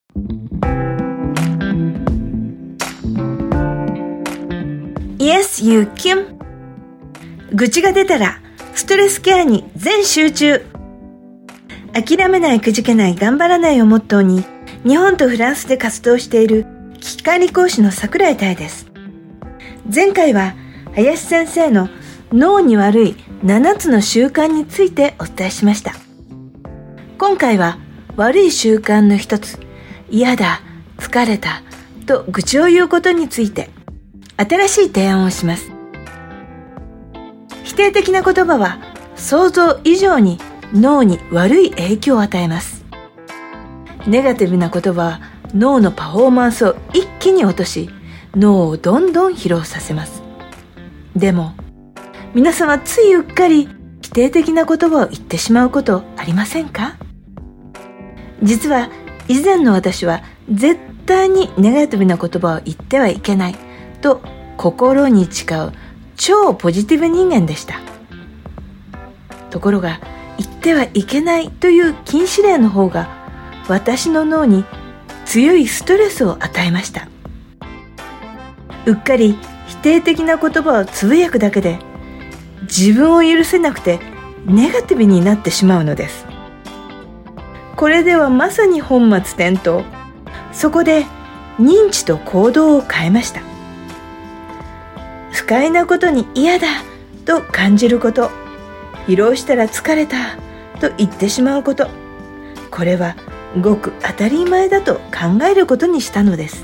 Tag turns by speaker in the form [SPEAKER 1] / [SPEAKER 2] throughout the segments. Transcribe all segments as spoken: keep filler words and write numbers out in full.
[SPEAKER 1] Yes, you can。 愚痴が出たらストレスケアに全集中。諦めない、くじけない、頑張らないをモットーに日本とフランスで活動している危機管理講師の桜井妙です。前回は林先生の脳に悪いななつの習慣についてお伝えしました。今回は悪い習慣の一つ、嫌だ、疲れたと愚痴を言うことについて新しい提案をします。否定的な言葉は想像以上に脳に悪い影響を与えます。ネガティブな言葉は脳のパフォーマンスを一気に落とし、脳をどんどん疲労させます。でも皆様、ついうっかり否定的な言葉を言ってしまうことありませんか？実は以前の私は絶対にネガティブな言葉を言ってはいけないと心に誓う超ポジティブ人間でした。ところが言ってはいけないという禁止令の方が私の脳に強いストレスを与えました。うっかり否定的な言葉をつぶやくだけで自分を許せなくてネガティブになってしまうのです。これではまさに本末転倒。そこで認知と行動を変えました。不快なことに嫌だと感じること、疲労したら疲れたと言ってしまうこと、これはごく当たり前だと考えることにしたのです。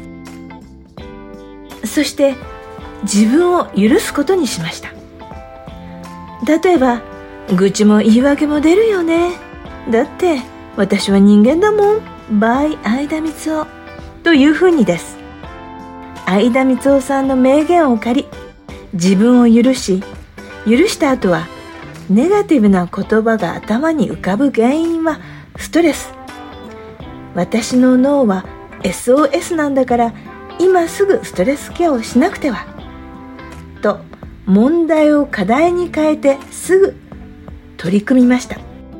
[SPEAKER 1] そして自分を許すことにしました。例えば、愚痴も言い訳も出るよね。だって私は人間だもん。by 相田みつおというふうにです。相田みつおさんの名言を借り、自分を許し、許した後はネガティブな言葉が頭に浮かぶ原因はストレス。私の脳は エスオーエス なんだから今すぐストレスケアをしなくてはと、問題を課題に変えてすぐ取り組みました。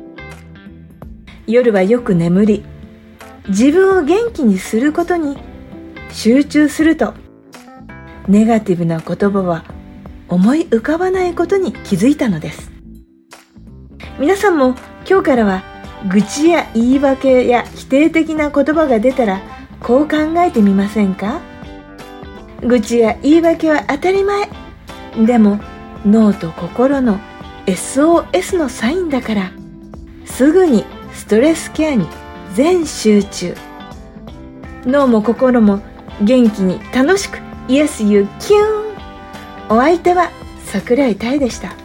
[SPEAKER 1] 夜はよく眠り、自分を元気にすることに集中すると、ネガティブな言葉は思い浮かばないことに気づいたのです。皆さんも今日からは愚痴や言い訳や否定的な言葉が出たらこう考えてみませんか？愚痴や言い訳は当たり前。でも脳と心の エスオーエス のサインだから、すぐにストレスケアに全集中。脳も心も元気に楽しく Yes, you can。 お相手は桜井妙でした。